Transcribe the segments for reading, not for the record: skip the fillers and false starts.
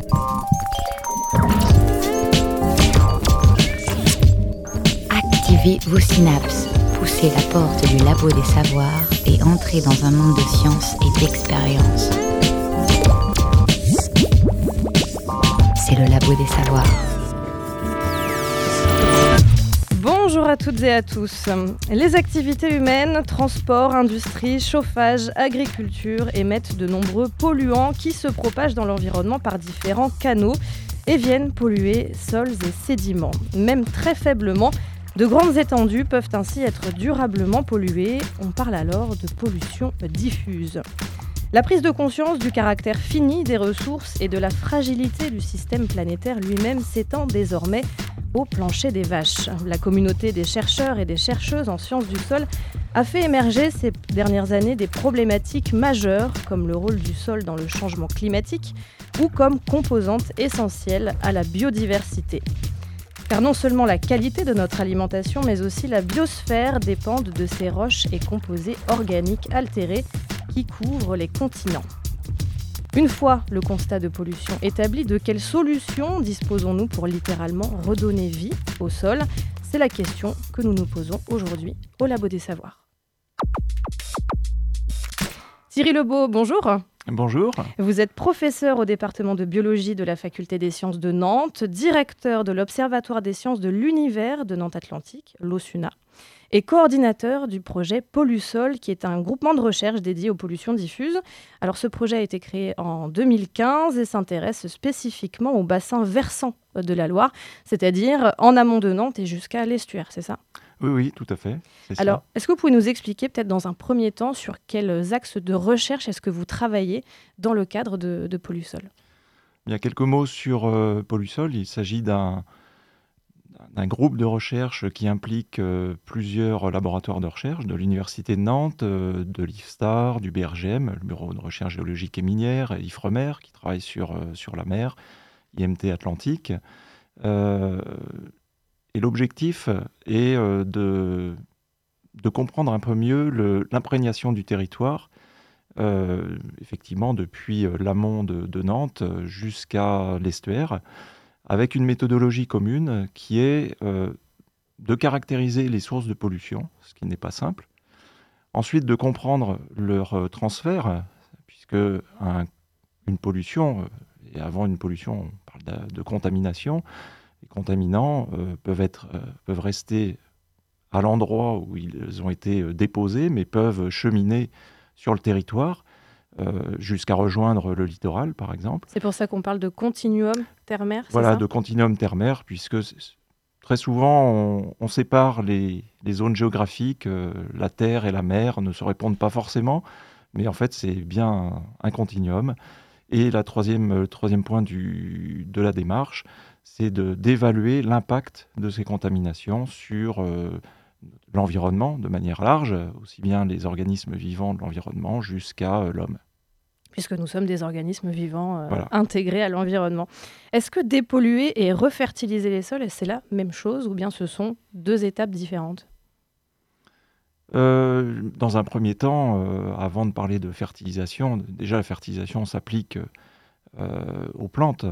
Activez vos synapses, poussez la porte du labo des savoirs et entrez dans un monde de science et d'expérience. C'est le labo des savoirs. Bonjour à toutes et à tous. Les activités humaines, transport, industrie, chauffage, agriculture émettent de nombreux polluants qui se propagent dans l'environnement par différents canaux et viennent polluer sols et sédiments. Même très faiblement, de grandes étendues peuvent ainsi être durablement polluées. On parle alors de pollution diffuse. La prise de conscience du caractère fini des ressources et de la fragilité du système planétaire lui-même s'étend désormais au plancher des vaches. La communauté des chercheurs et des chercheuses en sciences du sol a fait émerger ces dernières années des problématiques majeures comme le rôle du sol dans le changement climatique ou comme composante essentielle à la biodiversité. Car non seulement la qualité de notre alimentation, mais aussi la biosphère dépendent de ces roches et composés organiques altérés qui couvrent les continents. Une fois le constat de pollution établi, de quelles solutions disposons-nous pour littéralement redonner vie au sol ? C'est la question que nous nous posons aujourd'hui au Labo des Savoirs. Thierry Lebeau, bonjour. Bonjour. Vous êtes professeur au département de biologie de la Faculté des sciences de Nantes, directeur de l'Observatoire des sciences de l'univers de Nantes-Atlantique, l'OSUNA, et coordinateur du projet Pollusol, qui est un groupement de recherche dédié aux pollutions diffuses. Alors ce projet a été créé en 2015 et s'intéresse spécifiquement au bassin versant de la Loire, c'est-à-dire en amont de Nantes et jusqu'à l'estuaire, c'est ça ? Oui, tout à fait. Alors, est-ce que vous pouvez nous expliquer peut-être dans un premier temps sur quels axes de recherche est-ce que vous travaillez dans le cadre de Pollusol ? Il y a quelques mots sur Pollusol. Il s'agit d'un groupe de recherche qui implique plusieurs laboratoires de recherche de l'Université de Nantes, de l'IFSTAR, du BRGM, le Bureau de recherche géologique et minière, et IFREMER, qui travaille sur la mer, IMT Atlantique. Et l'objectif est de comprendre un peu mieux l'imprégnation du territoire, effectivement depuis l'amont de Nantes jusqu'à l'estuaire, avec une méthodologie commune qui est de caractériser les sources de pollution, ce qui n'est pas simple. Ensuite, de comprendre leur transfert, puisque une pollution, et avant une pollution, on parle de contamination. Les contaminants peuvent rester à l'endroit où ils ont été déposés, mais peuvent cheminer sur le territoire jusqu'à rejoindre le littoral, par exemple. C'est pour ça qu'on parle de continuum terre-mer, c'est Voilà, ça ? de continuum terre-mer, puisque très souvent, on sépare les zones géographiques. La terre et la mer ne se répondent pas forcément, mais en fait, c'est bien un continuum. Et le troisième point de la démarche, c'est d'évaluer l'impact de ces contaminations sur l'environnement de manière large, aussi bien les organismes vivants de l'environnement jusqu'à l'homme. Puisque nous sommes des organismes vivants Voilà. intégrés à l'environnement. Est-ce que dépolluer et refertiliser les sols, c'est la même chose ou bien ce sont deux étapes différentes ? Dans un premier temps, avant de parler de fertilisation, déjà la fertilisation s'applique aux plantes,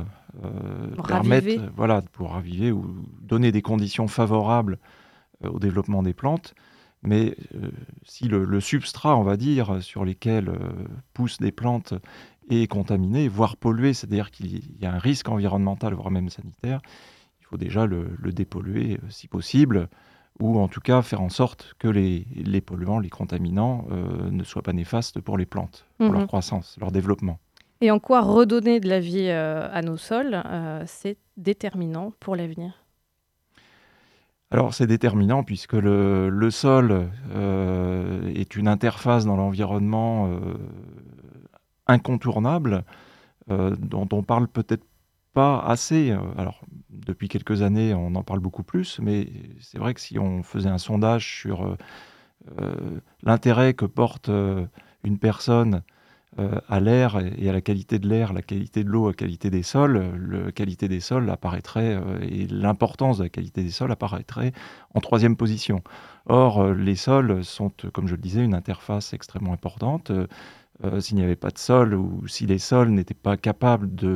pour raviver ou donner des conditions favorables au développement des plantes. Mais si le substrat, on va dire, sur lesquels poussent des plantes est contaminé, voire pollué, c'est-à-dire qu'il y a un risque environnemental, voire même sanitaire, il faut déjà le dépolluer si possible, ou en tout cas faire en sorte que les polluants, les contaminants ne soient pas néfastes pour les plantes, pour leur croissance, leur développement. Et en quoi redonner de la vie à nos sols, c'est déterminant pour l'avenir ? Alors c'est déterminant puisque le sol est une interface dans l'environnement incontournable dont on parle peut-être pas assez. Alors depuis quelques années on en parle beaucoup plus, mais c'est vrai que si on faisait un sondage sur l'intérêt que porte une personne à l'air et à la qualité de l'air, la qualité de l'eau, la qualité des sols, la qualité des sols apparaîtrait et l'importance de la qualité des sols apparaîtrait en troisième position. Or, les sols sont, comme je le disais, une interface extrêmement importante. S'il n'y avait pas de sol ou si les sols n'étaient pas capables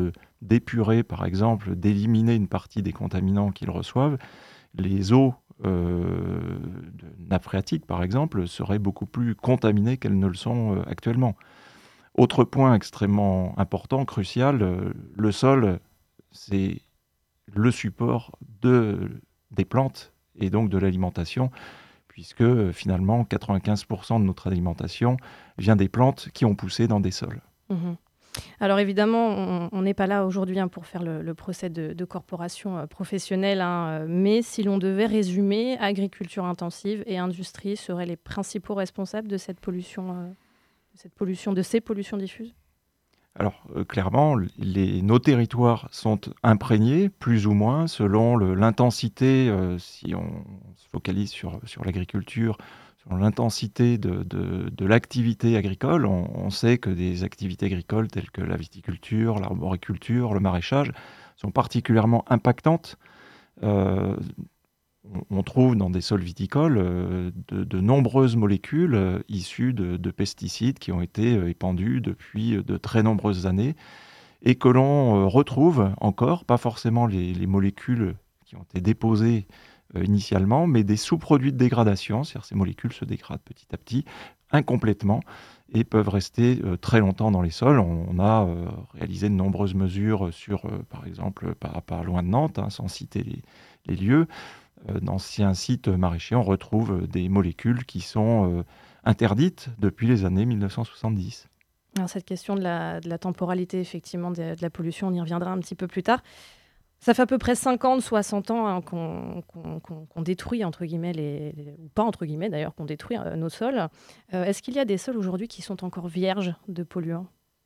d'épurer, par exemple, d'éliminer une partie des contaminants qu'ils reçoivent, les eaux de nappes phréatiques, par exemple, seraient beaucoup plus contaminées qu'elles ne le sont actuellement. Autre point extrêmement important, crucial, le sol, c'est le support des plantes et donc de l'alimentation, puisque finalement 95% de notre alimentation vient des plantes qui ont poussé dans des sols. Mhm. Alors évidemment, on n'est pas là aujourd'hui pour faire le procès de corporations professionnelles, mais si l'on devait résumer, agriculture intensive et industrie seraient les principaux responsables de cette pollution, de ces pollutions diffuses? Alors clairement, nos territoires sont imprégnés, plus ou moins, selon l'intensité, si on se focalise sur l'agriculture, selon l'intensité de l'activité agricole. On sait que des activités agricoles telles que la viticulture, l'arboriculture, le maraîchage sont particulièrement impactantes. Euh, on trouve dans des sols viticoles de nombreuses molécules issues de pesticides qui ont été épandus depuis de très nombreuses années et que l'on retrouve encore, pas forcément les molécules qui ont été déposées initialement, mais des sous-produits de dégradation, c'est-à-dire ces molécules se dégradent petit à petit, incomplètement, et peuvent rester très longtemps dans les sols. On a réalisé de nombreuses mesures sur, par exemple, pas loin de Nantes, sans citer les lieux, d'anciens sites maraîchers, on retrouve des molécules qui sont interdites depuis les années 1970. Alors, cette question de la temporalité, effectivement, de la pollution, on y reviendra un petit peu plus tard. Ça fait à peu près 50, 60 ans qu'on détruit, entre guillemets, ou pas entre guillemets d'ailleurs, qu'on détruit nos sols. Est-ce qu'il y a des sols aujourd'hui qui sont encore vierges de polluants?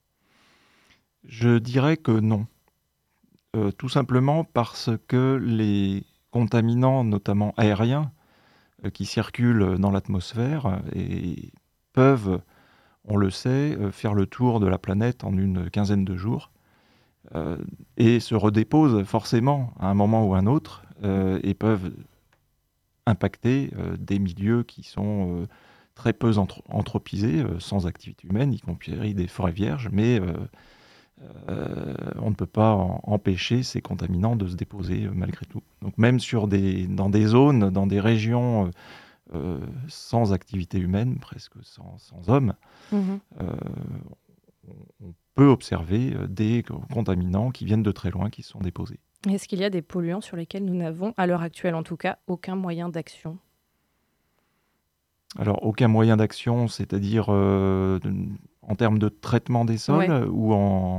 Je dirais que non. Tout simplement parce que les contaminants, notamment aériens, qui circulent dans l'atmosphère et peuvent, on le sait, faire le tour de la planète en une quinzaine de jours et se redéposent forcément à un moment ou à un autre et peuvent impacter des milieux qui sont très peu anthropisés, sans activité humaine, y compris des forêts vierges, mais on ne peut pas empêcher ces contaminants de se déposer malgré tout. Donc même dans des zones, dans des régions sans activité humaine, presque sans hommes, Mhm. on peut observer des contaminants qui viennent de très loin, qui se sont déposés. Est-ce qu'il y a des polluants sur lesquels nous n'avons, à l'heure actuelle en tout cas, aucun moyen d'action? Alors aucun moyen d'action, c'est-à-dire en termes de traitement des sols ou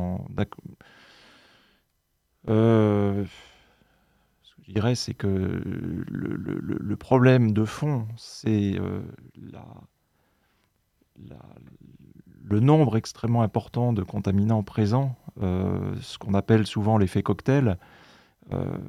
ce que je dirais, c'est que le problème de fond, c'est le nombre extrêmement important de contaminants présents, ce qu'on appelle souvent l'effet cocktail. Euh,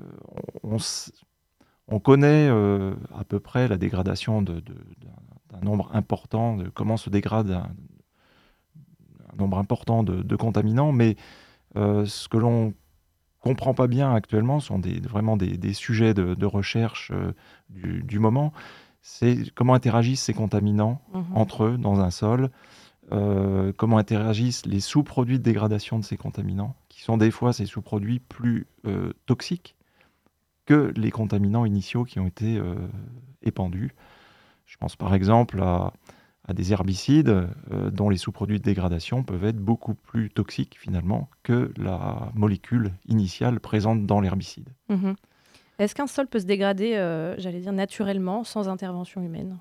on connaît à peu près la dégradation d'un nombre important, de comment se dégrade un nombre important de contaminants, mais ce que l'on comprend pas bien actuellement sont vraiment des sujets de recherche du moment. C'est comment interagissent ces contaminants entre eux dans un sol, comment interagissent les sous-produits de dégradation de ces contaminants, qui sont des fois ces sous-produits plus toxiques que les contaminants initiaux qui ont été épandus. Je pense par exemple à des herbicides dont les sous-produits de dégradation peuvent être beaucoup plus toxiques finalement que la molécule initiale présente dans l'herbicide. Mhm. Est-ce qu'un sol peut se dégrader, j'allais dire, naturellement, sans intervention humaine?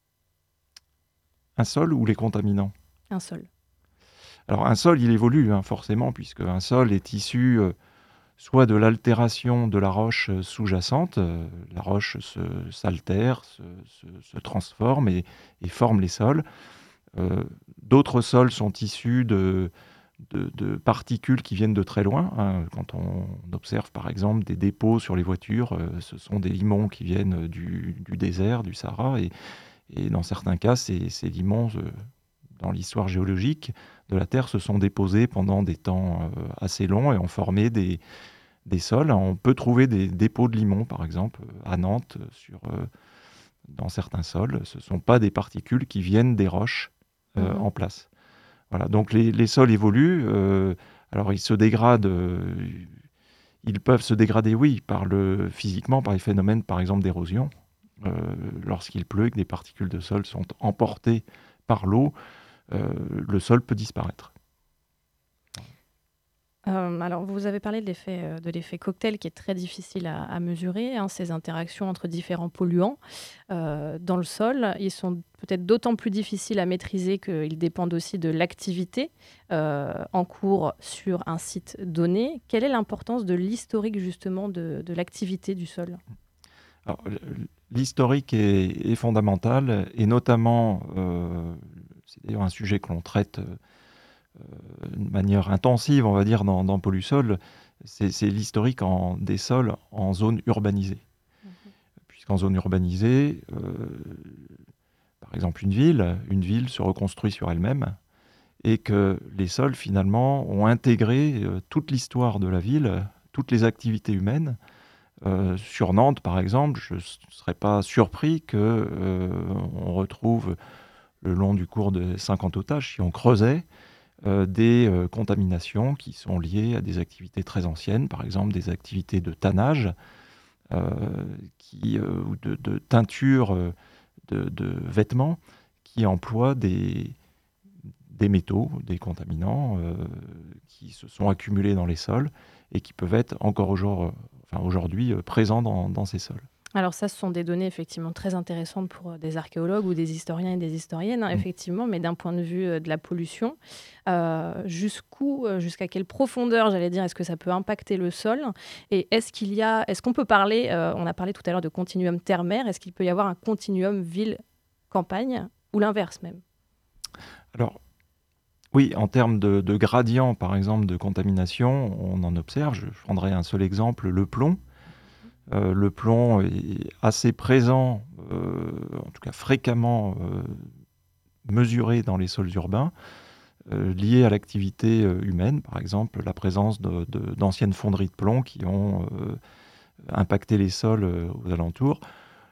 Un sol ou les contaminants? Un sol. Alors un sol, il évolue forcément, puisque un sol est issu soit de l'altération de la roche sous-jacente, la roche s'altère, se transforme et forme les sols. D'autres sols sont issus de particules qui viennent de très loin. Quand on observe par exemple des dépôts sur les voitures, ce sont des limons qui viennent du désert, du Sahara, et dans certains cas, ces limons, dans l'histoire géologique de la Terre, se sont déposés pendant des temps assez longs et ont formé des sols. On peut trouver des dépôts de limons, par exemple, à Nantes, dans certains sols. Ce ne sont pas des particules qui viennent des roches en place. Voilà, donc les sols évoluent Alors ils se dégradent, ils peuvent se dégrader, oui, physiquement par les phénomènes, par exemple, d'érosion. Lorsqu'il pleut et que des particules de sol sont emportées par l'eau, le sol peut disparaître. Alors, vous avez parlé de l'effet cocktail qui est très difficile à mesurer, hein, ces interactions entre différents polluants dans le sol. Ils sont peut-être d'autant plus difficiles à maîtriser qu'ils dépendent aussi de l'activité en cours sur un site donné. Quelle est l'importance de l'historique justement de l'activité du sol ? Alors, l'historique est fondamental, et notamment, c'est d'ailleurs un sujet que l'on traite de manière intensive, on va dire, dans Pollusol, c'est l'historique des sols en zone urbanisée. Puisqu'en zone urbanisée, par exemple une ville se reconstruit sur elle-même, et que les sols finalement ont intégré toute l'histoire de la ville, toutes les activités humaines. Sur Nantes, par exemple, je ne serais pas surpris qu'on retrouve le long du cours de 50 otages, si on creusait, des contaminations qui sont liées à des activités très anciennes, par exemple des activités de tannage ou de teinture de vêtements qui emploient des métaux, des contaminants qui se sont accumulés dans les sols et qui peuvent être encore aujourd'hui présents dans ces sols. Alors ça, ce sont des données effectivement très intéressantes pour des archéologues ou des historiens et des historiennes, hein, effectivement, mais d'un point de vue de la pollution, jusqu'à quelle profondeur, j'allais dire, est-ce que ça peut impacter le sol ? Et est-ce qu'on peut parler, on a parlé tout à l'heure de continuum terre-mer, est-ce qu'il peut y avoir un continuum ville-campagne ou l'inverse même ? Alors, oui, en termes de gradient, par exemple, de contamination, on en observe. Je prendrai un seul exemple, le plomb. Le plomb est assez présent, en tout cas fréquemment mesuré dans les sols urbains, lié à l'activité humaine, par exemple la présence d'anciennes fonderies de plomb qui ont impacté les sols aux alentours.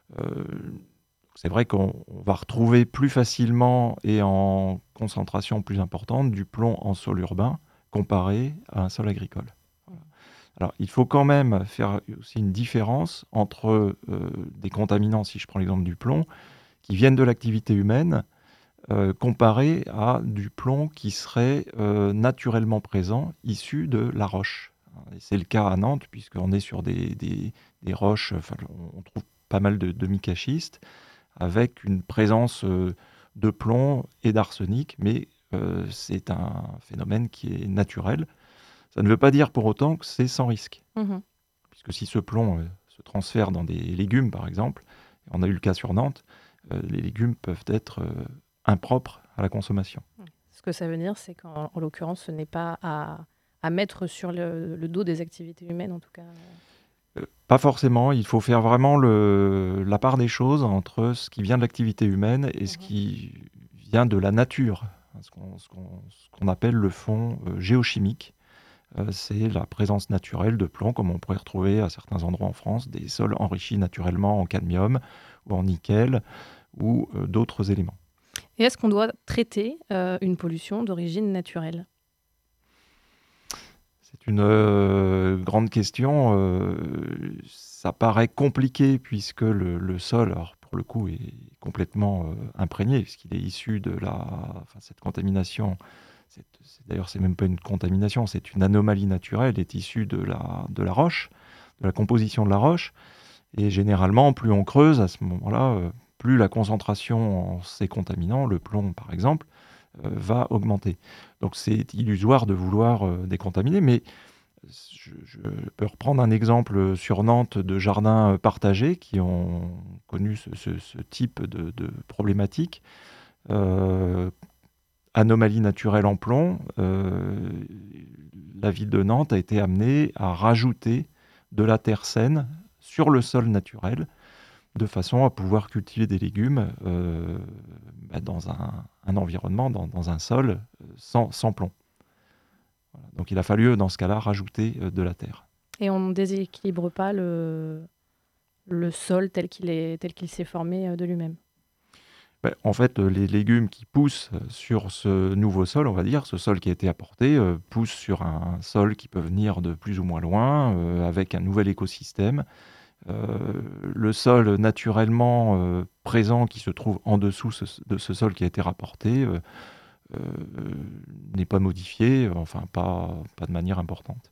C'est vrai qu'on va retrouver plus facilement et en concentration plus importante du plomb en sol urbain comparé à un sol agricole. Alors, il faut quand même faire aussi une différence entre des contaminants, si je prends l'exemple du plomb, qui viennent de l'activité humaine, comparé à du plomb qui serait naturellement présent, issu de la roche. Et c'est le cas à Nantes, puisqu'on est sur des roches, on trouve pas mal de micaschistes, avec une présence de plomb et d'arsenic, mais c'est un phénomène qui est naturel. Ça ne veut pas dire pour autant que c'est sans risque. Puisque si ce plomb se transfère dans des légumes, par exemple, on a eu le cas sur Nantes, les légumes peuvent être impropres à la consommation. Ce que ça veut dire, c'est qu'en l'occurrence, ce n'est pas à mettre sur le dos des activités humaines, en tout cas. Pas forcément. Il faut faire vraiment la part des choses entre ce qui vient de l'activité humaine et ce qui vient de la nature, ce qu'on appelle le fond géochimique. C'est la présence naturelle de plomb, comme on pourrait retrouver à certains endroits en France, des sols enrichis naturellement en cadmium ou en nickel ou d'autres éléments. Et est-ce qu'on doit traiter une pollution d'origine naturelle ? C'est une grande question. Ça paraît compliqué puisque le sol, alors pour le coup, est complètement imprégné, puisqu'il est issu de cette contamination. D'ailleurs, c'est même pas une contamination, c'est une anomalie naturelle, elle est issue de la roche, de la composition de la roche. Et généralement, plus on creuse à ce moment-là, plus la concentration en ces contaminants, le plomb par exemple, va augmenter. Donc c'est illusoire de vouloir décontaminer, mais je peux reprendre un exemple sur Nantes de jardins partagés qui ont connu ce type de problématique. Anomalie naturelle en plomb, la ville de Nantes a été amenée à rajouter de la terre saine sur le sol naturel, de façon à pouvoir cultiver des légumes dans un environnement, dans un sol sans plomb. Voilà. Donc il a fallu, dans ce cas-là, rajouter de la terre. Et on ne déséquilibre pas le sol tel qu'il s'est formé de lui-même. En fait, les légumes qui poussent sur ce nouveau sol, on va dire, ce sol qui a été apporté, poussent sur un sol qui peut venir de plus ou moins loin, avec un nouvel écosystème. Le sol naturellement présent qui se trouve en dessous de ce sol qui a été rapporté euh, n'est pas modifié, enfin pas de manière importante.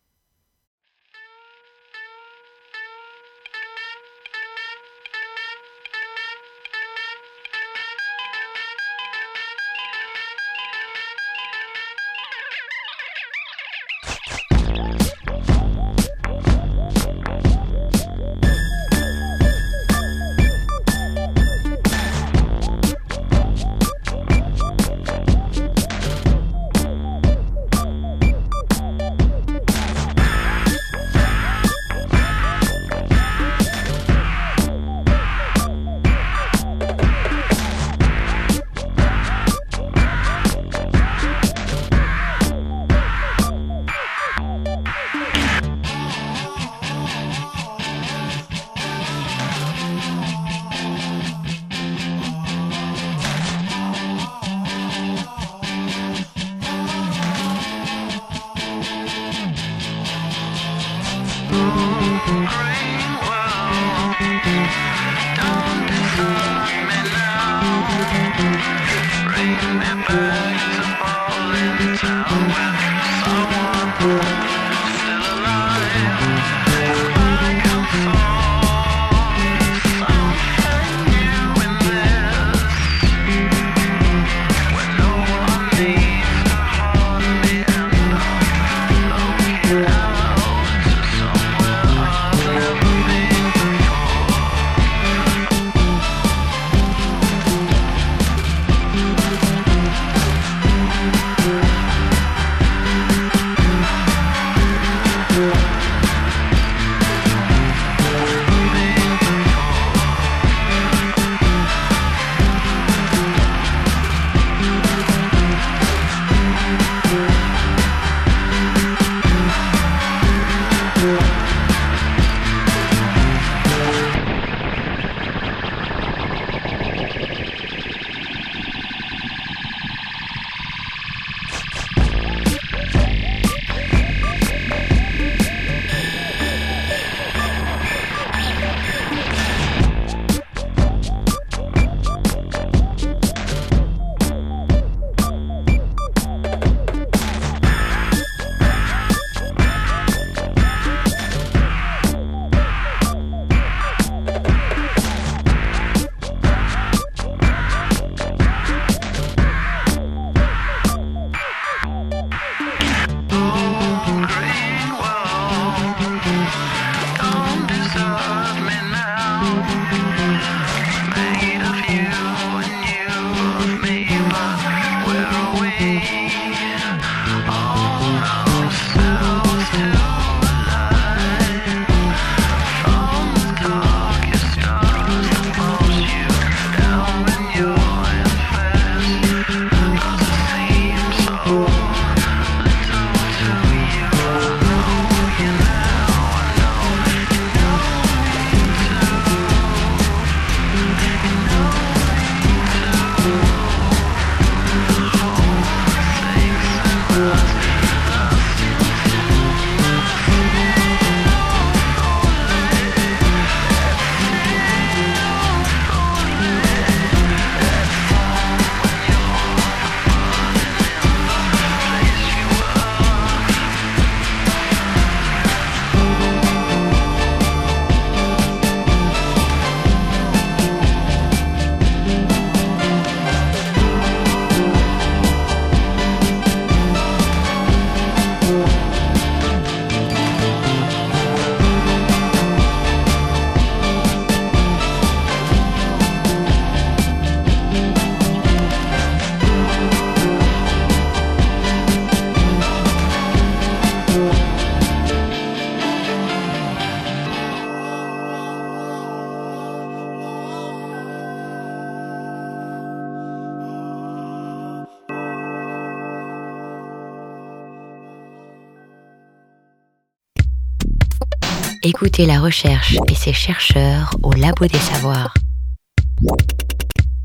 Écoutez la recherche et ses chercheurs au Labo des Savoirs.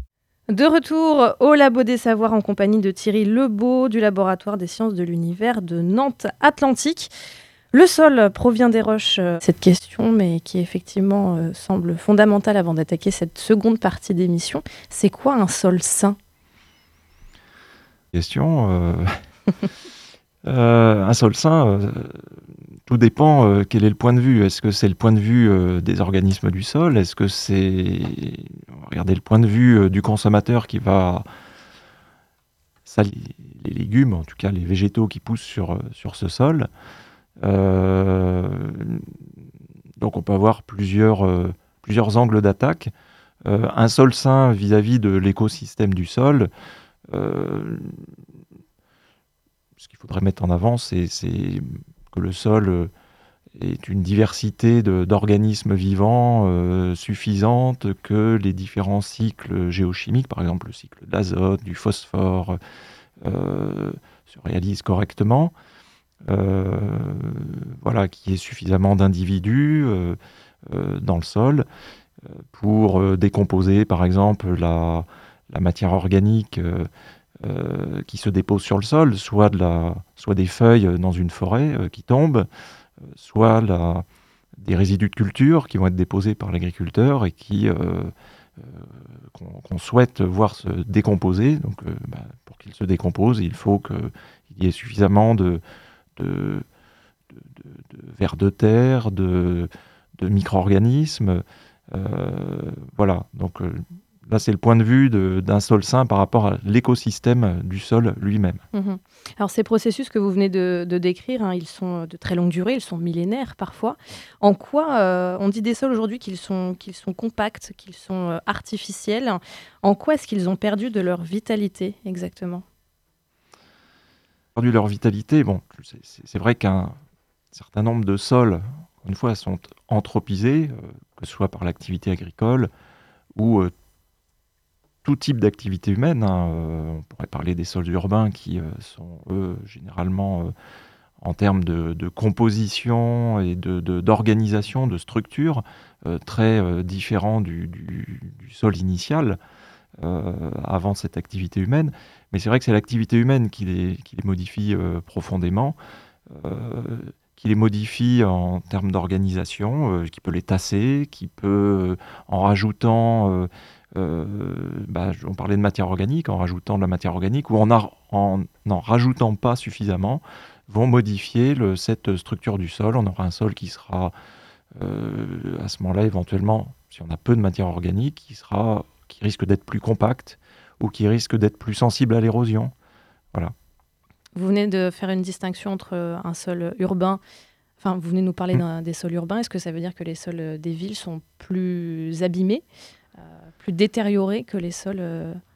De retour au Labo des Savoirs en compagnie de Thierry Lebeau du Laboratoire des sciences de l'univers de Nantes Atlantique. Le sol provient des roches, cette question, mais qui effectivement semble fondamentale avant d'attaquer cette seconde partie d'émission. C'est quoi un sol sain ? Question. Un sol sain, tout dépend quel est le point de vue. Est-ce que c'est le point de vue des organismes du sol ? Est-ce que c'est regardez le point de vue du consommateur qui va les légumes, en tout cas les végétaux qui poussent sur ce sol. Donc on peut avoir plusieurs angles d'attaque. Un sol sain vis-à-vis de l'écosystème du sol, ce qu'il faudrait mettre en avant, c'est que le sol est une diversité d'organismes vivants suffisante, que les différents cycles géochimiques, par exemple le cycle de l'azote, du phosphore, se réalisent correctement. Voilà, qu'il y ait suffisamment d'individus dans le sol pour décomposer, par exemple, la matière organique qui se dépose sur le sol, soit des feuilles dans une forêt qui tombent, soit des résidus de culture qui vont être déposés par l'agriculteur et qu'on souhaite voir se décomposer. Donc, pour qu'ils se décomposent, il faut qu'il y ait suffisamment de vers de terre, de micro-organismes. Voilà, donc là c'est le point de vue d'un sol sain par rapport à l'écosystème du sol lui-même. Alors ces processus que vous venez de décrire, ils sont de très longue durée, ils sont millénaires parfois. En quoi on dit des sols aujourd'hui qu'ils sont compacts, qu'ils sont artificiels ? En quoi est-ce qu'ils ont perdu de leur vitalité exactement ? Perdu leur vitalité, bon, c'est vrai qu'un certain nombre de sols, une fois, sont anthropisés, que ce soit par l'activité agricole ou tout type d'activité humaine. On pourrait parler des sols urbains qui sont, eux, généralement, en termes de composition et d'organisation, de structure, très différents du sol initial avant cette activité humaine. Mais c'est vrai que c'est l'activité humaine qui les modifie profondément, qui les modifie en termes d'organisation, qui peut les tasser, qui peut, en rajoutant, on parlait de matière organique, en rajoutant de la matière organique, ou en n'en rajoutant pas suffisamment, vont modifier cette structure du sol. On aura un sol qui sera, à ce moment-là, éventuellement, si on a peu de matière organique, qui risque d'être plus compact, ou qui risque d'être plus sensible à l'érosion. Voilà. Vous venez de faire une distinction entre un sol urbain, vous venez de nous parler des sols urbains. Est-ce que ça veut dire que les sols des villes sont plus abîmés, plus détériorés que les sols ruraux ?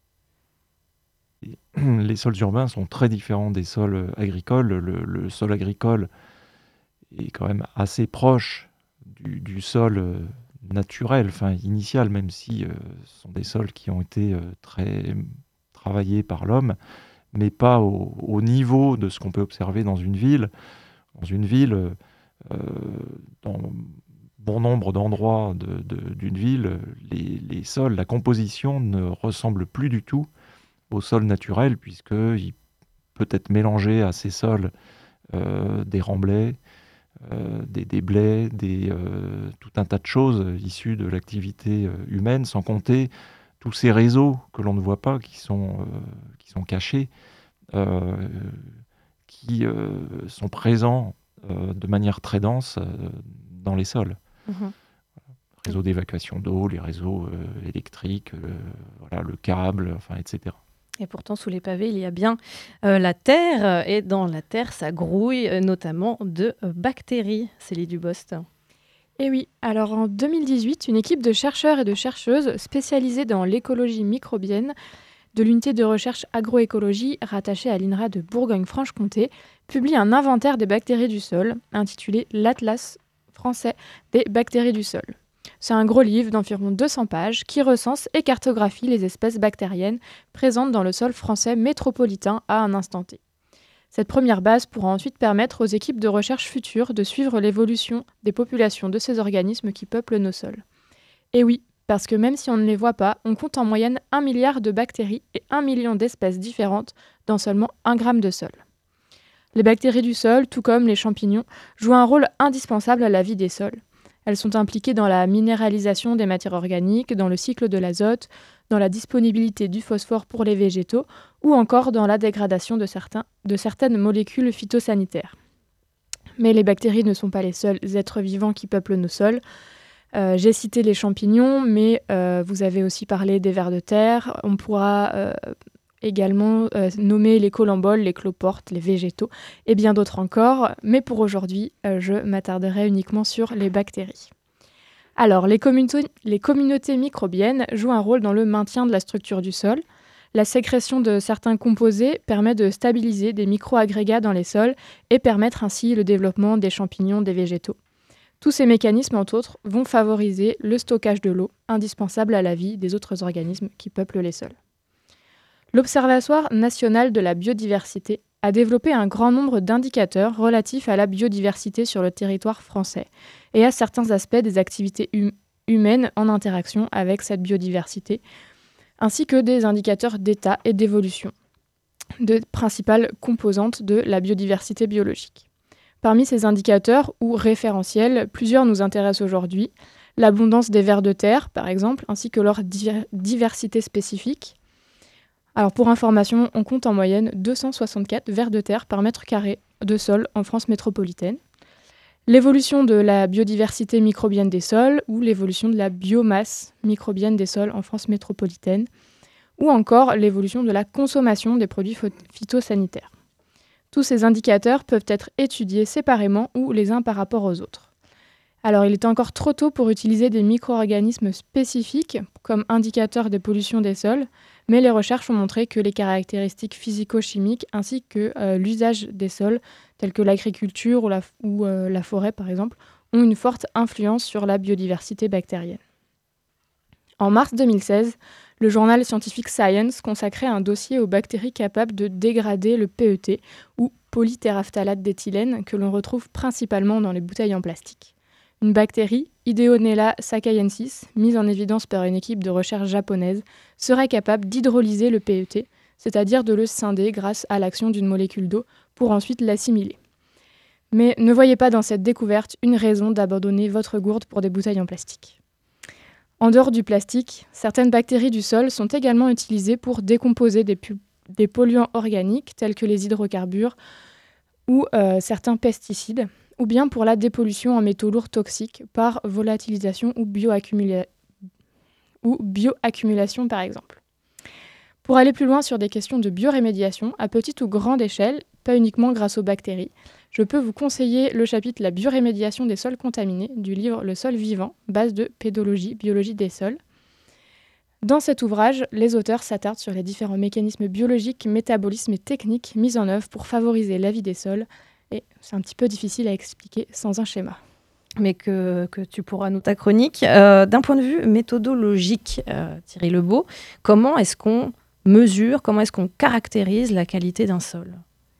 Les sols urbains sont très différents des sols agricoles. Le sol agricole est quand même assez proche du sol naturel, initial, même si ce sont des sols qui ont été très travaillés par l'homme, mais pas au niveau de ce qu'on peut observer dans une ville. Dans une ville, dans bon nombre d'endroits d'une ville, les sols, la composition ne ressemble plus du tout au sol naturel, puisqu'il peut être mélangé à ces sols des remblais, des blés, tout un tas de choses issues de l'activité humaine, sans compter tous ces réseaux que l'on ne voit pas, qui sont cachés, qui sont présents de manière très dense dans les sols. Réseaux d'évacuation d'eau, les réseaux électriques, le câble, etc. Et pourtant, sous les pavés, il y a bien la terre. Et dans la terre, ça grouille notamment de bactéries. Célie Dubost. Et oui, alors en 2018, une équipe de chercheurs et de chercheuses spécialisés dans l'écologie microbienne de l'unité de recherche agroécologie rattachée à l'INRA de Bourgogne-Franche-Comté publie un inventaire des bactéries du sol intitulé « L'Atlas français des bactéries du sol ». C'est un gros livre d'environ 200 pages qui recense et cartographie les espèces bactériennes présentes dans le sol français métropolitain à un instant T. Cette première base pourra ensuite permettre aux équipes de recherche futures de suivre l'évolution des populations de ces organismes qui peuplent nos sols. Et oui, parce que même si on ne les voit pas, on compte en moyenne 1 milliard de bactéries et 1 million d'espèces différentes dans seulement 1 gramme de sol. Les bactéries du sol, tout comme les champignons, jouent un rôle indispensable à la vie des sols. Elles sont impliquées dans la minéralisation des matières organiques, dans le cycle de l'azote, dans la disponibilité du phosphore pour les végétaux ou encore dans la dégradation de certaines molécules phytosanitaires. Mais les bactéries ne sont pas les seuls êtres vivants qui peuplent nos sols. J'ai cité les champignons, mais vous avez aussi parlé des vers de terre. On pourra également nommer les colamboles, les cloportes, les végétaux et bien d'autres encore. Mais pour aujourd'hui, je m'attarderai uniquement sur les bactéries. Alors, les communautés microbiennes jouent un rôle dans le maintien de la structure du sol. La sécrétion de certains composés permet de stabiliser des micro-agrégats dans les sols et permettre ainsi le développement des champignons, des végétaux. Tous ces mécanismes, entre autres, vont favoriser le stockage de l'eau, indispensable à la vie des autres organismes qui peuplent les sols. L'Observatoire national de la biodiversité a développé un grand nombre d'indicateurs relatifs à la biodiversité sur le territoire français et à certains aspects des activités humaines en interaction avec cette biodiversité, ainsi que des indicateurs d'état et d'évolution, de principales composantes de la biodiversité biologique. Parmi ces indicateurs ou référentiels, plusieurs nous intéressent aujourd'hui. L'abondance des vers de terre, par exemple, ainsi que leur diversité spécifique. Alors pour information, on compte en moyenne 264 vers de terre par mètre carré de sol en France métropolitaine. L'évolution de la biodiversité microbienne des sols ou l'évolution de la biomasse microbienne des sols en France métropolitaine, ou encore l'évolution de la consommation des produits phytosanitaires. Tous ces indicateurs peuvent être étudiés séparément ou les uns par rapport aux autres. Alors il est encore trop tôt pour utiliser des micro-organismes spécifiques comme indicateurs des pollutions des sols, mais les recherches ont montré que les caractéristiques physico-chimiques ainsi que l'usage des sols, tels que l'agriculture ou la forêt par exemple, ont une forte influence sur la biodiversité bactérienne. En mars 2016, le journal scientifique Science consacrait un dossier aux bactéries capables de dégrader le PET, ou polytéréphtalate d'éthylène, que l'on retrouve principalement dans les bouteilles en plastique. Une bactérie, Ideonella sakaiensis, mise en évidence par une équipe de recherche japonaise, serait capable d'hydrolyser le PET, c'est-à-dire de le scinder grâce à l'action d'une molécule d'eau pour ensuite l'assimiler. Mais ne voyez pas dans cette découverte une raison d'abandonner votre gourde pour des bouteilles en plastique. En dehors du plastique, certaines bactéries du sol sont également utilisées pour décomposer des polluants organiques tels que les hydrocarbures ou certains pesticides, ou bien pour la dépollution en métaux lourds toxiques par volatilisation ou bioaccumulation par exemple. Pour aller plus loin sur des questions de biorémédiation, à petite ou grande échelle, pas uniquement grâce aux bactéries, je peux vous conseiller le chapitre « La biorémédiation des sols contaminés » du livre « Le sol vivant, base de pédologie, biologie des sols ». Dans cet ouvrage, les auteurs s'attardent sur les différents mécanismes biologiques, métabolismes et techniques mis en œuvre pour favoriser la vie des sols, et c'est un petit peu difficile à expliquer sans un schéma. Mais que tu pourras nous ta chronique. D'un point de vue méthodologique, Thierry Lebeau, comment est-ce qu'on mesure, comment est-ce qu'on caractérise la qualité d'un sol ?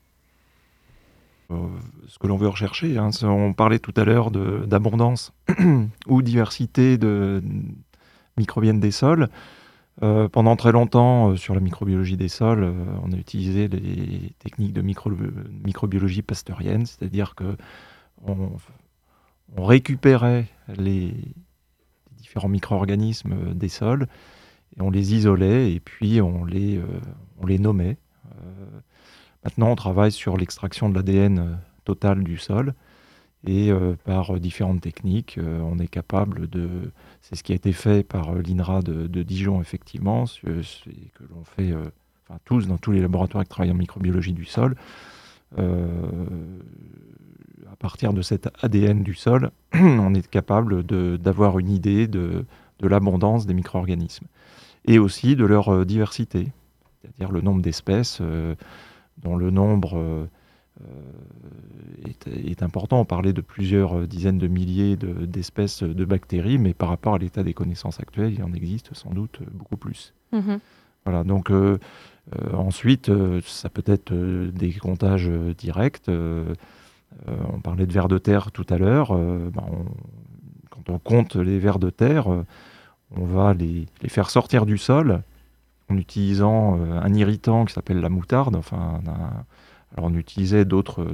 Ce que l'on veut rechercher, on parlait tout à l'heure d'abondance ou diversité microbienne des sols. Pendant très longtemps, sur la microbiologie des sols, on a utilisé les techniques de microbiologie pasteurienne, c'est-à-dire qu'on récupérait les différents micro-organismes des sols et on les isolait et puis on les nommait. Maintenant, on travaille sur l'extraction de l'ADN total du sol et par différentes techniques, on est capable c'est ce qui a été fait par l'INRA de Dijon, effectivement, que l'on fait tous dans tous les laboratoires qui travaillent en microbiologie du sol. À partir de cet ADN du sol, on est capable d'avoir une idée de l'abondance des micro-organismes et aussi de leur diversité, c'est-à-dire le nombre d'espèces dont le nombre est important. On parlait de plusieurs dizaines de milliers d'espèces de bactéries, mais par rapport à l'état des connaissances actuelles, il en existe sans doute beaucoup plus. Mmh. Voilà, donc ensuite, ça peut être des comptages directs. On parlait de vers de terre tout à l'heure. Quand on compte les vers de terre, On va les faire sortir du sol en utilisant un irritant qui s'appelle la moutarde. Alors on utilisait d'autres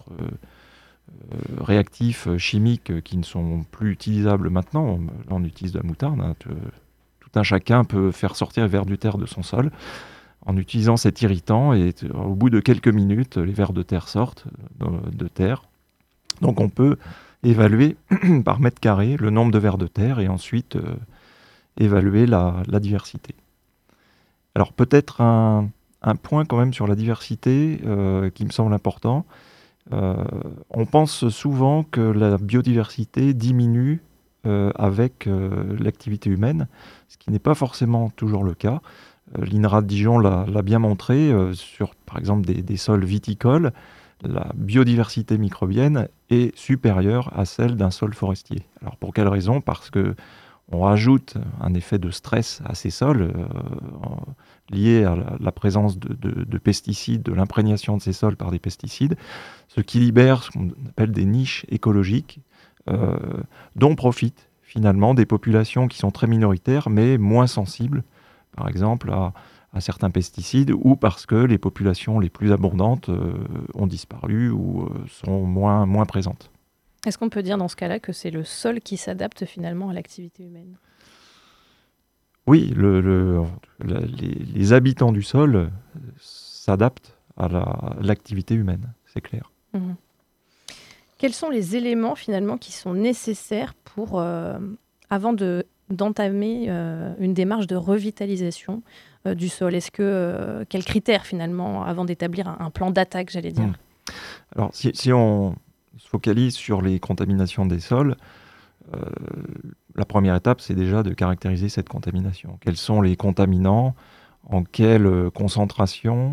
réactifs chimiques qui ne sont plus utilisables maintenant. Là, on utilise de la moutarde. Tout un chacun peut faire sortir les vers de terre de son sol en utilisant cet irritant, et au bout de quelques minutes, les vers de terre sortent de terre. Donc on peut évaluer par mètre carré le nombre de vers de terre et ensuite évaluer la diversité. Alors peut-être un point quand même sur la diversité qui me semble important. On pense souvent que la biodiversité diminue avec l'activité humaine, ce qui n'est pas forcément toujours le cas. L'INRA de Dijon l'a bien montré sur, par exemple, des sols viticoles. La biodiversité microbienne est supérieure à celle d'un sol forestier. Alors pour quelle raison ? Parce qu'on rajoute un effet de stress à ces sols lié à la présence de pesticides, de l'imprégnation de ces sols par des pesticides, ce qui libère ce qu'on appelle des niches écologiques dont profitent finalement des populations qui sont très minoritaires mais moins sensibles, par exemple à certains pesticides, ou parce que les populations les plus abondantes ont disparu ou sont moins présentes. Est-ce qu'on peut dire dans ce cas-là que c'est le sol qui s'adapte finalement à l'activité humaine ? Oui, les habitants du sol s'adaptent à l'activité humaine, c'est clair. Mmh. Quels sont les éléments finalement qui sont nécessaires pour, avant d'entamer une démarche de revitalisation du sol ? Quels critères finalement avant d'établir un plan d'attaque, j'allais dire ? Alors si on se focalise sur les contaminations des sols, la première étape, c'est déjà de caractériser cette contamination. Quels sont les contaminants, en quelle concentration,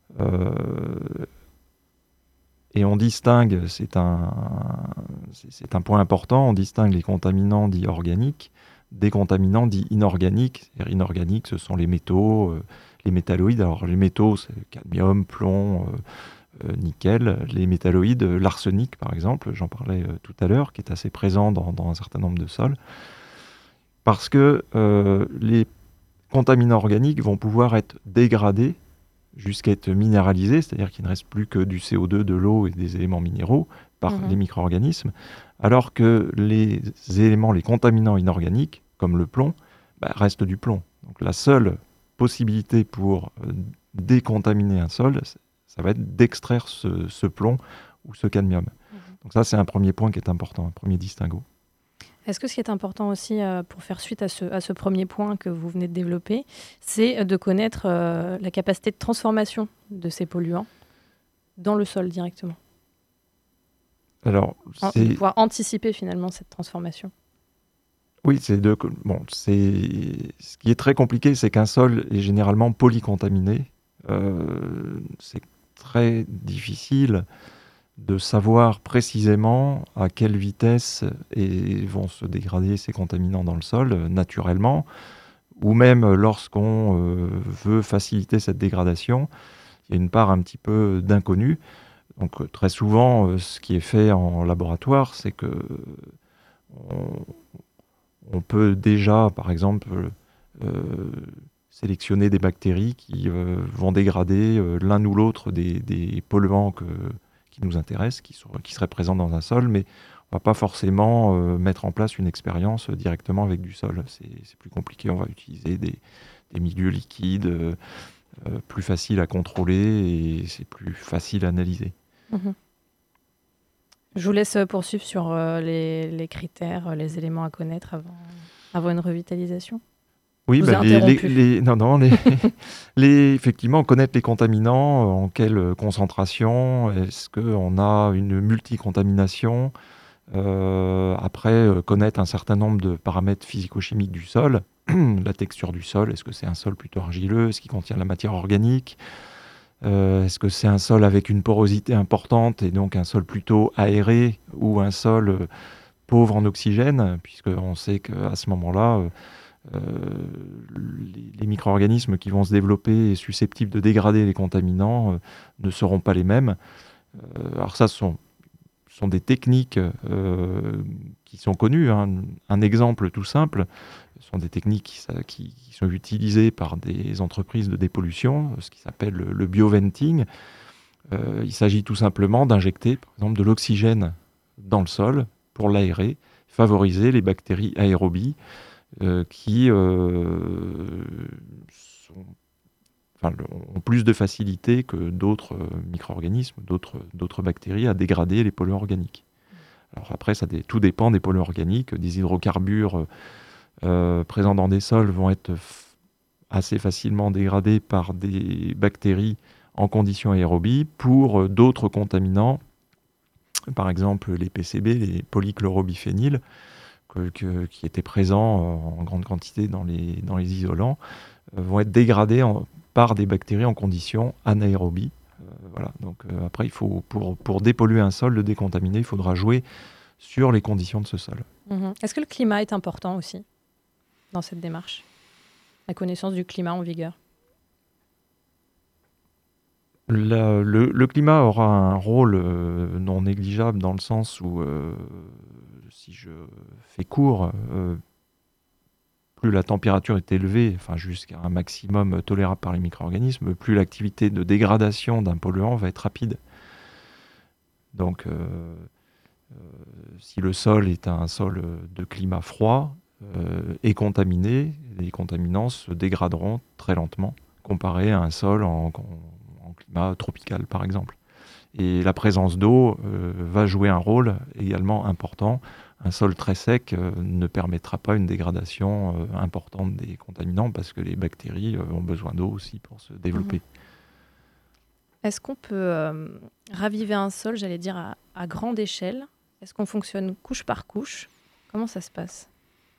et on distingue, c'est un point important, on distingue les contaminants dits organiques des contaminants dits inorganiques. C'est-à-dire inorganiques, ce sont les métaux, les métalloïdes. Alors les métaux, c'est cadmium, plomb, nickel. Les métalloïdes, l'arsenic par exemple, j'en parlais tout à l'heure, qui est assez présent dans un certain nombre de sols. Parce que les contaminants organiques vont pouvoir être dégradés jusqu'à être minéralisés, c'est-à-dire qu'il ne reste plus que du CO2, de l'eau et des éléments minéraux par les micro-organismes, alors que les contaminants inorganiques, comme le plomb, restent du plomb. Donc la seule possibilité pour décontaminer un sol, ça va être d'extraire ce plomb ou ce cadmium. Donc ça, c'est un premier point qui est important, un premier distinguo. Est-ce que ce qui est important aussi pour faire suite à ce premier point que vous venez de développer, c'est de connaître la capacité de transformation de ces polluants dans le sol directement ? Alors, de pouvoir anticiper finalement cette transformation. Oui, ce qui est très compliqué, c'est qu'un sol est généralement polycontaminé. C'est très difficile de savoir précisément à quelle vitesse vont se dégrader ces contaminants dans le sol naturellement, ou même lorsqu'on veut faciliter cette dégradation, il y a une part un petit peu d'inconnu. Donc très souvent, ce qui est fait en laboratoire, c'est que on peut déjà, par exemple, sélectionner des bactéries qui vont dégrader l'un ou l'autre des polluants qui nous intéressent, qui seraient présents dans un sol, mais on ne va pas forcément mettre en place une expérience directement avec du sol. C'est plus compliqué, on va utiliser des milieux liquides plus faciles à contrôler et c'est plus facile à analyser. Je vous laisse poursuivre sur les critères, les éléments à connaître avant une revitalisation. Oui, effectivement, connaître les contaminants, en quelle concentration, est-ce qu'on a une multicontamination, après connaître un certain nombre de paramètres physico-chimiques du sol, la texture du sol, est-ce que c'est un sol plutôt argileux, est-ce qu'il contient de la matière organique, est-ce que c'est un sol avec une porosité importante et donc un sol plutôt aéré ou un sol pauvre en oxygène, puisqu'on sait qu'à ce moment-là, les micro-organismes qui vont se développer et susceptibles de dégrader les contaminants ne seront pas les mêmes. Alors ça, ce sont des techniques qui sont connues. Un exemple tout simple, ce sont des techniques qui sont utilisées par des entreprises de dépollution, ce qui s'appelle le bioventing. Il s'agit tout simplement d'injecter, par exemple, de l'oxygène dans le sol pour l'aérer, favoriser les bactéries aérobies qui ont plus de facilité que d'autres micro-organismes, d'autres bactéries à dégrader les polluants organiques. Alors après, tout dépend des polluants organiques. Des hydrocarbures présents dans des sols vont être assez facilement dégradés par des bactéries en conditions aérobies. Pour d'autres contaminants, par exemple les PCB, les polychlorobiphéniles, qui étaient présents en grande quantité dans les isolants, vont être dégradés par des bactéries en conditions anaérobies. Voilà. Donc après, il faut, pour dépolluer un sol, le décontaminer, il faudra jouer sur les conditions de ce sol. Est-ce que le climat est important aussi dans cette démarche? La connaissance du climat en vigueur? Le climat aura un rôle non négligeable dans le sens où, si je fais court, plus la température est élevée, jusqu'à un maximum tolérable par les micro-organismes, plus l'activité de dégradation d'un polluant va être rapide. Donc, si le sol est un sol de climat froid et contaminé, les contaminants se dégraderont très lentement, comparé à un sol en climat tropical, par exemple. Et la présence d'eau va jouer un rôle également important. Un sol très sec ne permettra pas une dégradation importante des contaminants parce que les bactéries ont besoin d'eau aussi pour se développer. Est-ce qu'on peut raviver un sol, j'allais dire, à grande échelle? Est-ce qu'on fonctionne couche par couche? Comment ça se passe?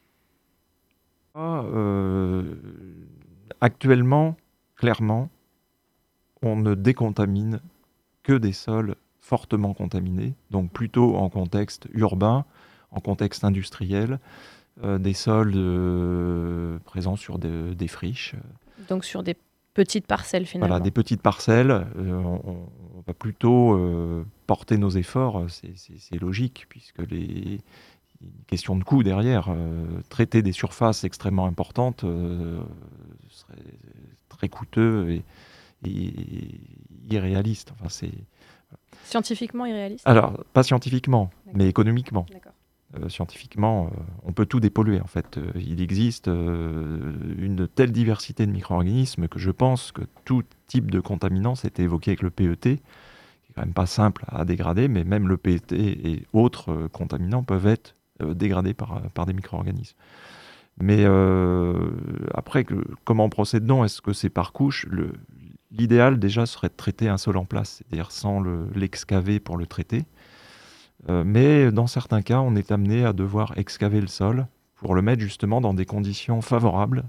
Actuellement, clairement, on ne décontamine que des sols fortement contaminés, donc plutôt en contexte urbain, en contexte industriel, des sols présents sur des friches. Donc sur des petites parcelles finalement. Voilà, des petites parcelles. On va plutôt porter nos efforts, c'est logique, puisque il y a une question de coût derrière. Traiter des surfaces extrêmement importantes serait très coûteux et irréaliste. Scientifiquement irréaliste? Alors, pas scientifiquement, mais économiquement. D'accord. Scientifiquement, on peut tout dépolluer. En fait, il existe une telle diversité de micro-organismes que je pense que tout type de contaminant, c'était évoqué avec le PET, qui est quand même pas simple à dégrader, mais même le PET et autres contaminants peuvent être dégradés par des micro-organismes. Mais après, comment procède-t-on? Est-ce que c'est par couche? L'idéal déjà serait de traiter un sol en place, c'est-à-dire sans l'excaver pour le traiter. Mais dans certains cas, on est amené à devoir excaver le sol pour le mettre justement dans des conditions favorables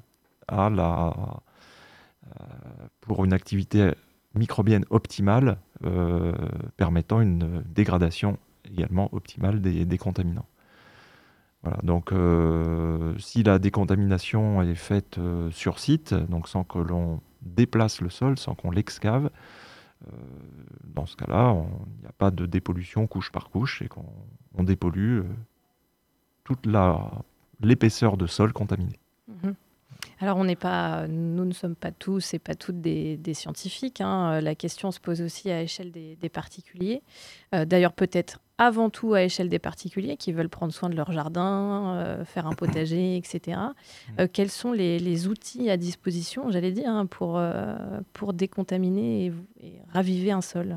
pour une activité microbienne optimale, permettant une dégradation également optimale des contaminants. Voilà, donc si la décontamination est faite sur site, donc sans que l'on déplace le sol, sans qu'on l'excave, dans ce cas-là, il n'y a pas de dépollution couche par couche et qu'on dépollue toute l'épaisseur de sol contaminé. Alors nous ne sommes pas tous et pas toutes des scientifiques. La question se pose aussi à l'échelle des particuliers. D'ailleurs, peut-être avant tout à l'échelle des particuliers qui veulent prendre soin de leur jardin, faire un potager, etc. Quels sont les outils à disposition, j'allais dire, pour décontaminer et raviver un sol?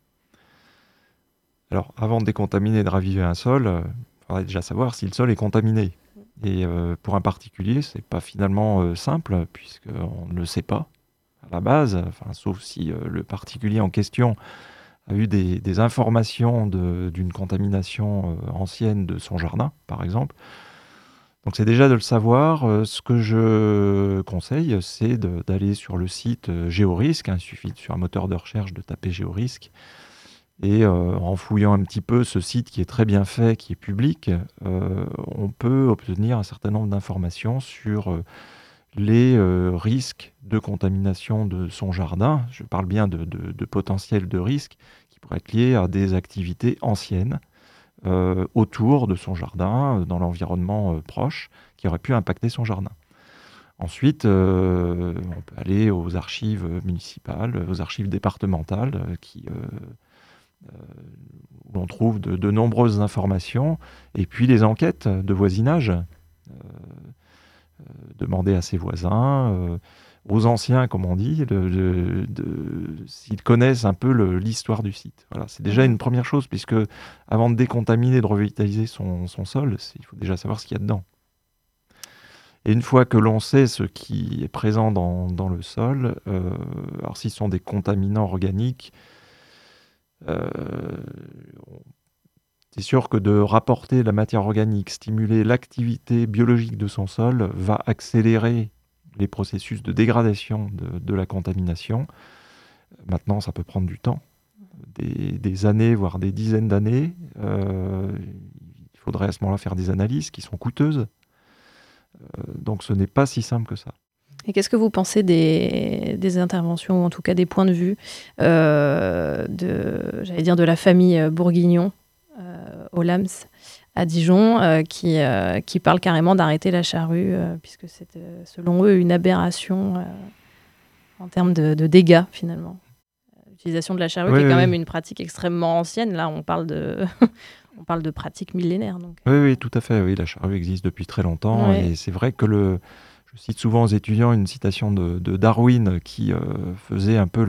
Alors, avant de décontaminer et de raviver un sol, il faudrait déjà savoir si le sol est contaminé. Et pour un particulier, c'est pas finalement simple, puisqu'on ne le sait pas à la base, sauf si le particulier en question a eu des informations d'une contamination ancienne de son jardin, par exemple. Donc c'est déjà de le savoir. Ce que je conseille, c'est d'aller sur le site Géorisque. Il suffit sur un moteur de recherche de taper Géorisque. Et en fouillant un petit peu ce site qui est très bien fait, qui est public, on peut obtenir un certain nombre d'informations sur les risques de contamination de son jardin. Je parle bien de potentiel de risque qui pourrait être lié à des activités anciennes, autour de son jardin, dans l'environnement proche, qui aurait pu impacter son jardin. Ensuite, on peut aller aux archives municipales, aux archives départementales, où on trouve de nombreuses informations, et puis les enquêtes de voisinage, demander à ses voisins, aux anciens, comme on dit, s'ils connaissent un peu l'histoire du site. Voilà, c'est déjà une première chose, puisque avant de décontaminer, de revitaliser son sol, il faut déjà savoir ce qu'il y a dedans. Et une fois que l'on sait ce qui est présent dans le sol, alors s'ils sont des contaminants organiques, c'est sûr que de rapporter la matière organique, stimuler l'activité biologique de son sol, va accélérer les processus de dégradation de la contamination. Maintenant, ça peut prendre du temps, des années, voire des dizaines d'années. Il faudrait à ce moment-là faire des analyses qui sont coûteuses. Donc ce n'est pas si simple que ça. Et qu'est-ce que vous pensez des interventions, ou en tout cas des points de vue de la famille Bourguignon au LAMS à Dijon, qui parle carrément d'arrêter la charrue, puisque c'est selon eux une aberration en termes de dégâts finalement. L'utilisation de la charrue qui est quand même une pratique extrêmement ancienne. Là, on parle de... On parle de pratiques millénaires. Donc. Oui, tout à fait. Oui, la charrue existe depuis très longtemps. Ouais. Et c'est vrai que je cite souvent aux étudiants une citation de Darwin qui faisait un peu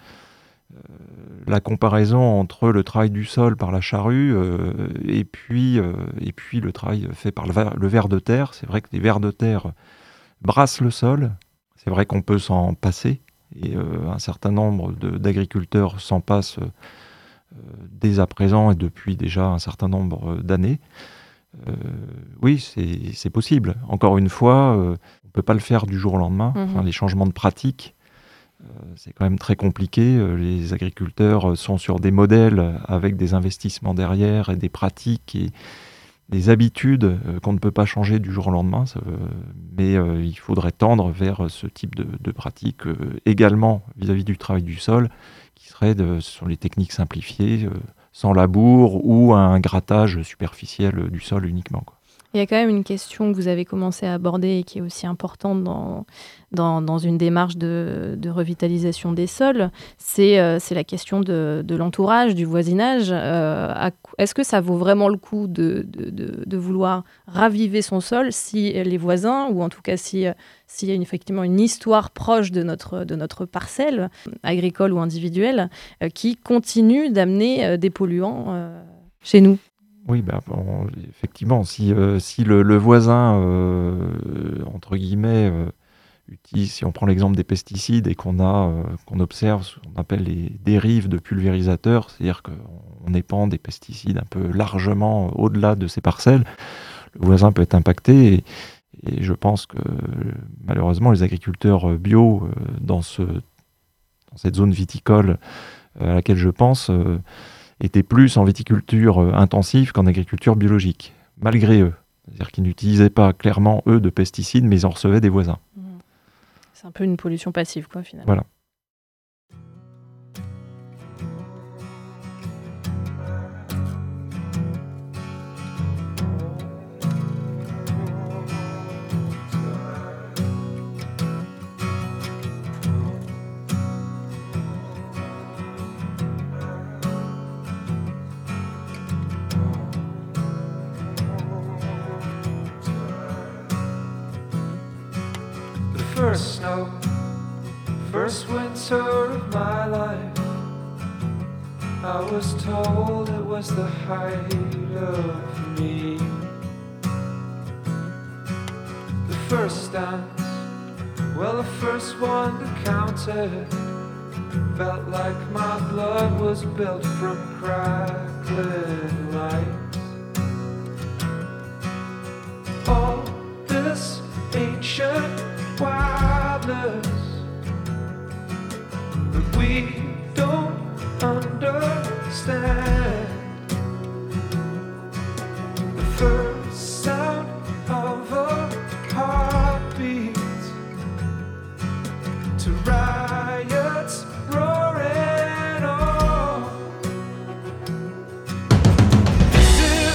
la comparaison entre le travail du sol par la charrue et puis le travail fait par le ver de terre. C'est vrai que les vers de terre brassent le sol. C'est vrai qu'on peut s'en passer. Et un certain nombre d'agriculteurs s'en passent dès à présent et depuis déjà un certain nombre d'années. Oui, c'est possible. Encore une fois, on ne peut pas le faire du jour au lendemain. Enfin, les changements de pratique, c'est quand même très compliqué. Les agriculteurs sont sur des modèles avec des investissements derrière et des pratiques et des habitudes qu'on ne peut pas changer du jour au lendemain. Mais il faudrait tendre vers ce type de pratique également vis-à-vis du travail du sol, qui serait sur les techniques simplifiées, sans labour ou un grattage superficiel du sol uniquement, quoi. Il y a quand même une question que vous avez commencé à aborder et qui est aussi importante dans une démarche de revitalisation des sols, c'est la question de l'entourage, du voisinage. Est-ce que ça vaut vraiment le coup de vouloir raviver son sol si les voisins, ou en tout cas s'il y a effectivement une histoire proche de notre parcelle, agricole ou individuelle, qui continue d'amener des polluants chez nous? Oui, effectivement, si le voisin, entre guillemets, utilise, si on prend l'exemple des pesticides et qu'on observe ce qu'on appelle les dérives de pulvérisateurs, c'est-à-dire qu'on épand des pesticides un peu largement au-delà de ses parcelles, le voisin peut être impacté et je pense que malheureusement les agriculteurs bio dans cette zone viticole à laquelle je pense étaient plus en viticulture intensive qu'en agriculture biologique, malgré eux. C'est-à-dire qu'ils n'utilisaient pas clairement, eux, de pesticides, mais ils en recevaient des voisins. C'est un peu une pollution passive, quoi, finalement. Voilà. First snow, first winter of my life, I was told it was the height of me. The first dance, well, the first one that counted, felt like my blood was built from crackling lights. All this ancient wildness that we don't understand. The first sound of a heartbeat to riots roaring on. Did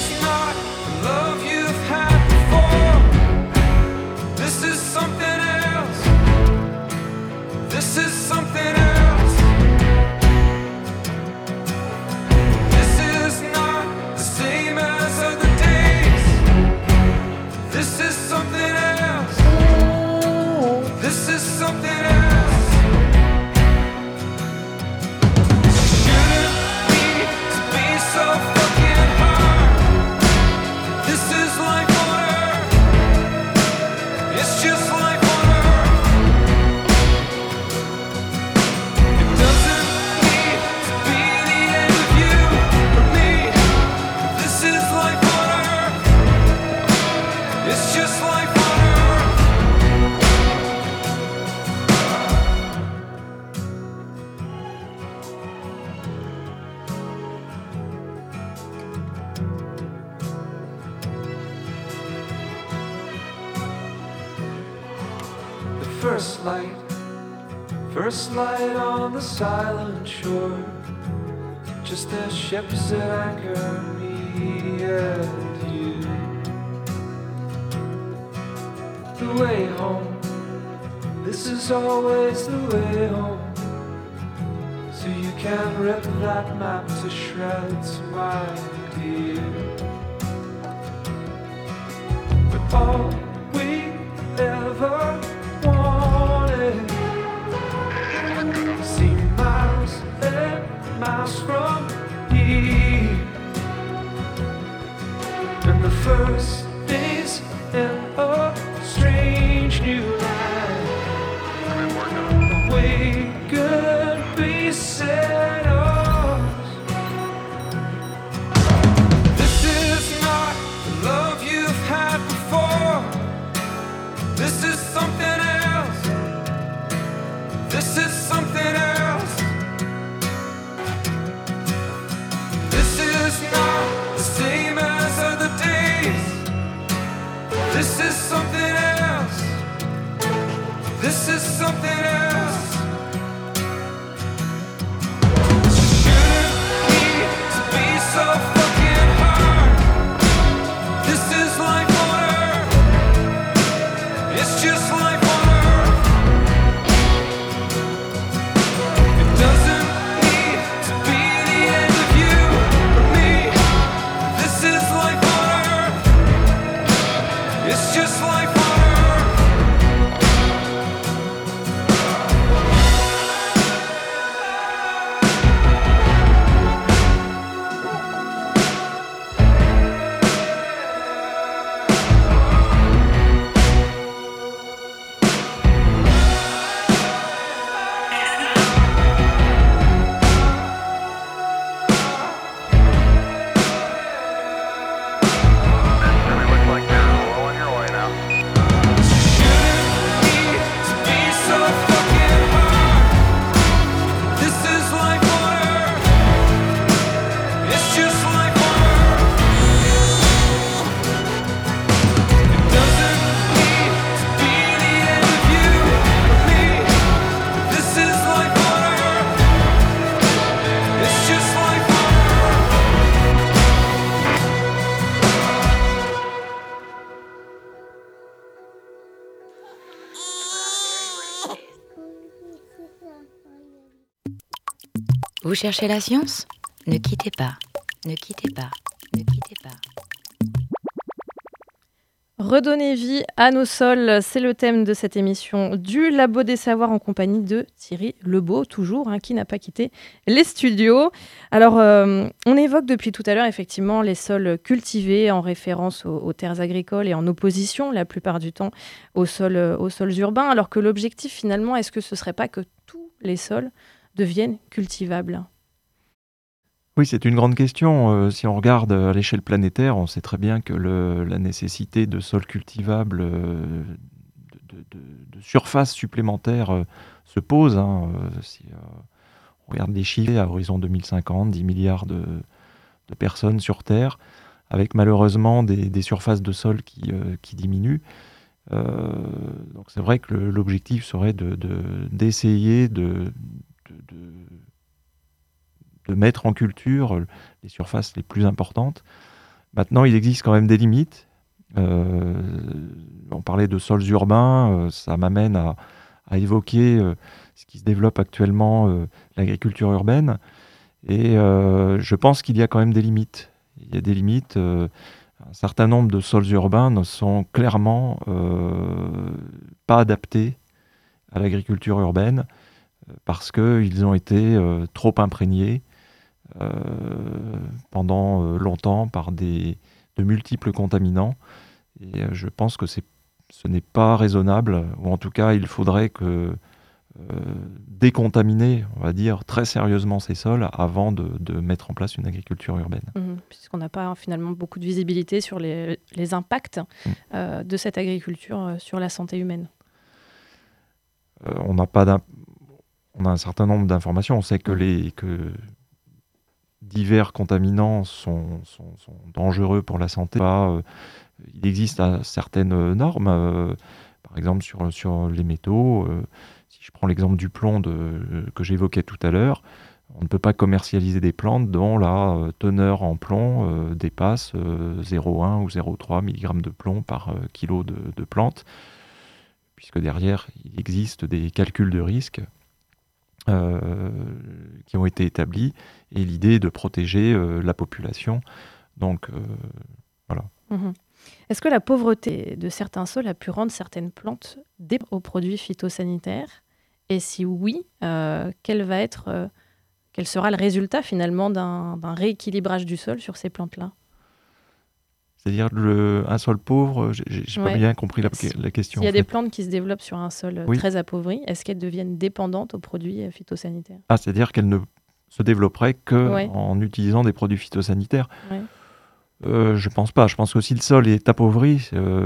first light on the silent shore, just as ships at anchor, me and you. The way home, this is always the way home. So you can rip that map to shreds, my dear. But all we ever wanted, see miles and miles from here, and the first days in a strange new land, we could be settled. This is not the love you've had before. This is something else. This is something else. This is not the same as other days. This is something else. This is something else. Shouldn't need to be so fucking hard. This is life on Earth. It's just life on Earth. It doesn't need to be the end of you or me. This is life on Earth. It's just life on Earth. Vous cherchez la science ? Ne quittez pas, ne quittez pas, ne quittez pas. Redonner vie à nos sols, c'est le thème de cette émission du Labo des Savoirs en compagnie de Thierry Lebeau, toujours, qui n'a pas quitté les studios. Alors, on évoque depuis tout à l'heure effectivement les sols cultivés en référence aux terres agricoles et en opposition la plupart du temps aux sols urbains, alors que l'objectif finalement, est-ce que ce ne serait pas que tous les sols deviennent cultivables ? Oui, c'est une grande question. Si on regarde à l'échelle planétaire, on sait très bien que la nécessité de sols cultivables, de surfaces supplémentaires se pose. Si on regarde les chiffres à horizon 2050, 10 milliards de personnes sur Terre, avec malheureusement des surfaces de sol qui diminuent. Donc c'est vrai que l'objectif serait d'essayer de mettre en culture les surfaces les plus importantes. Maintenant, il existe quand même des limites. On parlait de sols urbains, ça m'amène à évoquer ce qui se développe actuellement, l'agriculture urbaine. Et je pense qu'il y a quand même des limites. Il y a des limites. Un certain nombre de sols urbains ne sont clairement pas adaptés à l'agriculture urbaine parce qu'ils ont été trop imprégnés pendant longtemps par de multiples contaminants. Et je pense que ce n'est pas raisonnable, ou en tout cas il faudrait décontaminer, on va dire, très sérieusement ces sols avant de mettre en place une agriculture urbaine. Puisqu'on n'a pas finalement beaucoup de visibilité sur les impacts de cette agriculture sur la santé humaine. On a un certain nombre d'informations. On sait que divers contaminants sont dangereux pour la santé. Il existe certaines normes. Par exemple, sur les métaux, si je prends l'exemple du plomb que j'évoquais tout à l'heure, on ne peut pas commercialiser des plantes dont la teneur en plomb dépasse 0,1 ou 0,3 mg de plomb par kilo de plante, puisque derrière, il existe des calculs de risque qui ont été établis, et l'idée est de protéger la population. Donc, voilà. Mmh. Est-ce que la pauvreté de certains sols a pu rendre certaines plantes dépendants aux produits phytosanitaires? Et si oui, quel sera le résultat finalement d'un rééquilibrage du sol sur ces plantes-là? C'est-à-dire un sol pauvre, j'ai pas Ouais. bien compris la question. S'il y a en des fait. plantes qui se développent sur un sol Oui. très appauvri, est-ce qu'elles deviennent dépendantes aux produits phytosanitaires? Ah, c'est-à-dire qu'elle ne se développerait Ouais. qu'en utilisant des produits phytosanitaires. Ouais. Je pense pas. Je pense que si le sol est appauvri,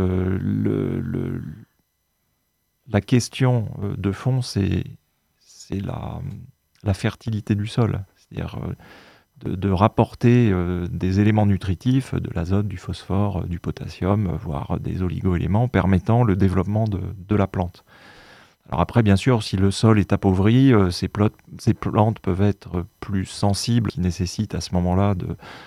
la question de fond, c'est la fertilité du sol. C'est-à-dire de rapporter des éléments nutritifs, de l'azote, du phosphore, du potassium, voire des oligo-éléments permettant le développement de la plante. Alors après, bien sûr, si le sol est appauvri, ces plantes peuvent être plus sensibles, qui nécessitent à ce moment-là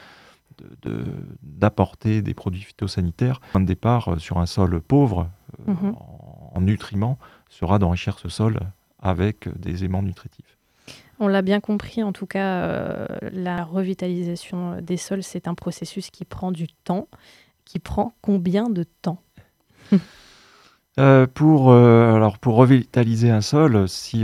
d'apporter des produits phytosanitaire. Le point de départ sur un sol pauvre en nutriments sera d'enrichir ce sol avec des éléments nutritifs. On l'a bien compris, en tout cas, la revitalisation des sols, c'est un processus qui prend du temps. Qui prend combien de temps? Pour revitaliser un sol, s'il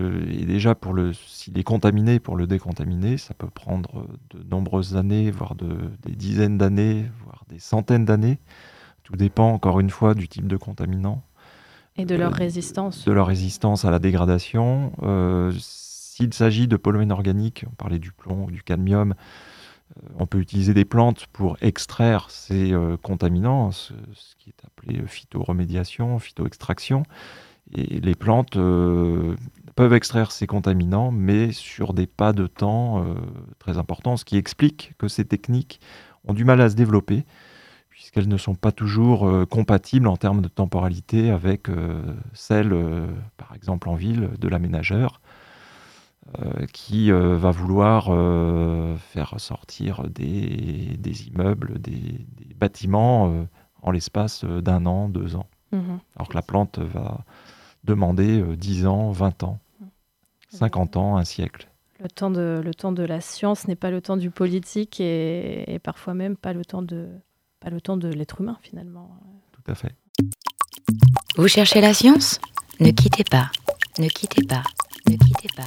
est contaminé, pour le décontaminer, ça peut prendre de nombreuses années, voire des dizaines d'années, voire des centaines d'années. Tout dépend, encore une fois, du type de contaminant. Et de leur résistance. De leur résistance à la dégradation. S'il s'agit de polluants organiques, on parlait du plomb ou du cadmium, on peut utiliser des plantes pour extraire ces contaminants, ce qui est appelé phytoremédiation, phytoextraction. Et les plantes peuvent extraire ces contaminants, mais sur des pas de temps très importants, ce qui explique que ces techniques ont du mal à se développer, puisqu'elles ne sont pas toujours compatibles en termes de temporalité avec celles, par exemple en ville, de l'aménageur, qui va vouloir faire sortir des immeubles, des bâtiments en l'espace d'1 an, 2 ans. Alors que la plante va demander 10 ans, 20 ans, 50 ans, un siècle. Le temps de la science n'est pas le temps du politique et parfois même pas le temps de l'être humain finalement. Tout à fait. Vous cherchez la science? Ne quittez pas, ne quittez pas, ne quittez pas.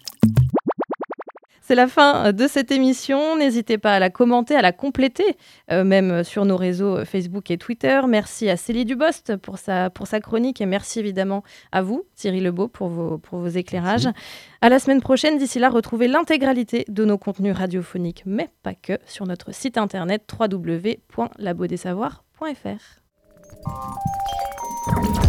C'est la fin de cette émission. N'hésitez pas à la commenter, à la compléter, même sur nos réseaux Facebook et Twitter. Merci à Célie Dubost pour sa chronique et merci évidemment à vous, Thierry Lebeau, pour vos éclairages. Merci. À la semaine prochaine. D'ici là, retrouvez l'intégralité de nos contenus radiophoniques, mais pas que, sur notre site internet www.labaudesavoirs.fr.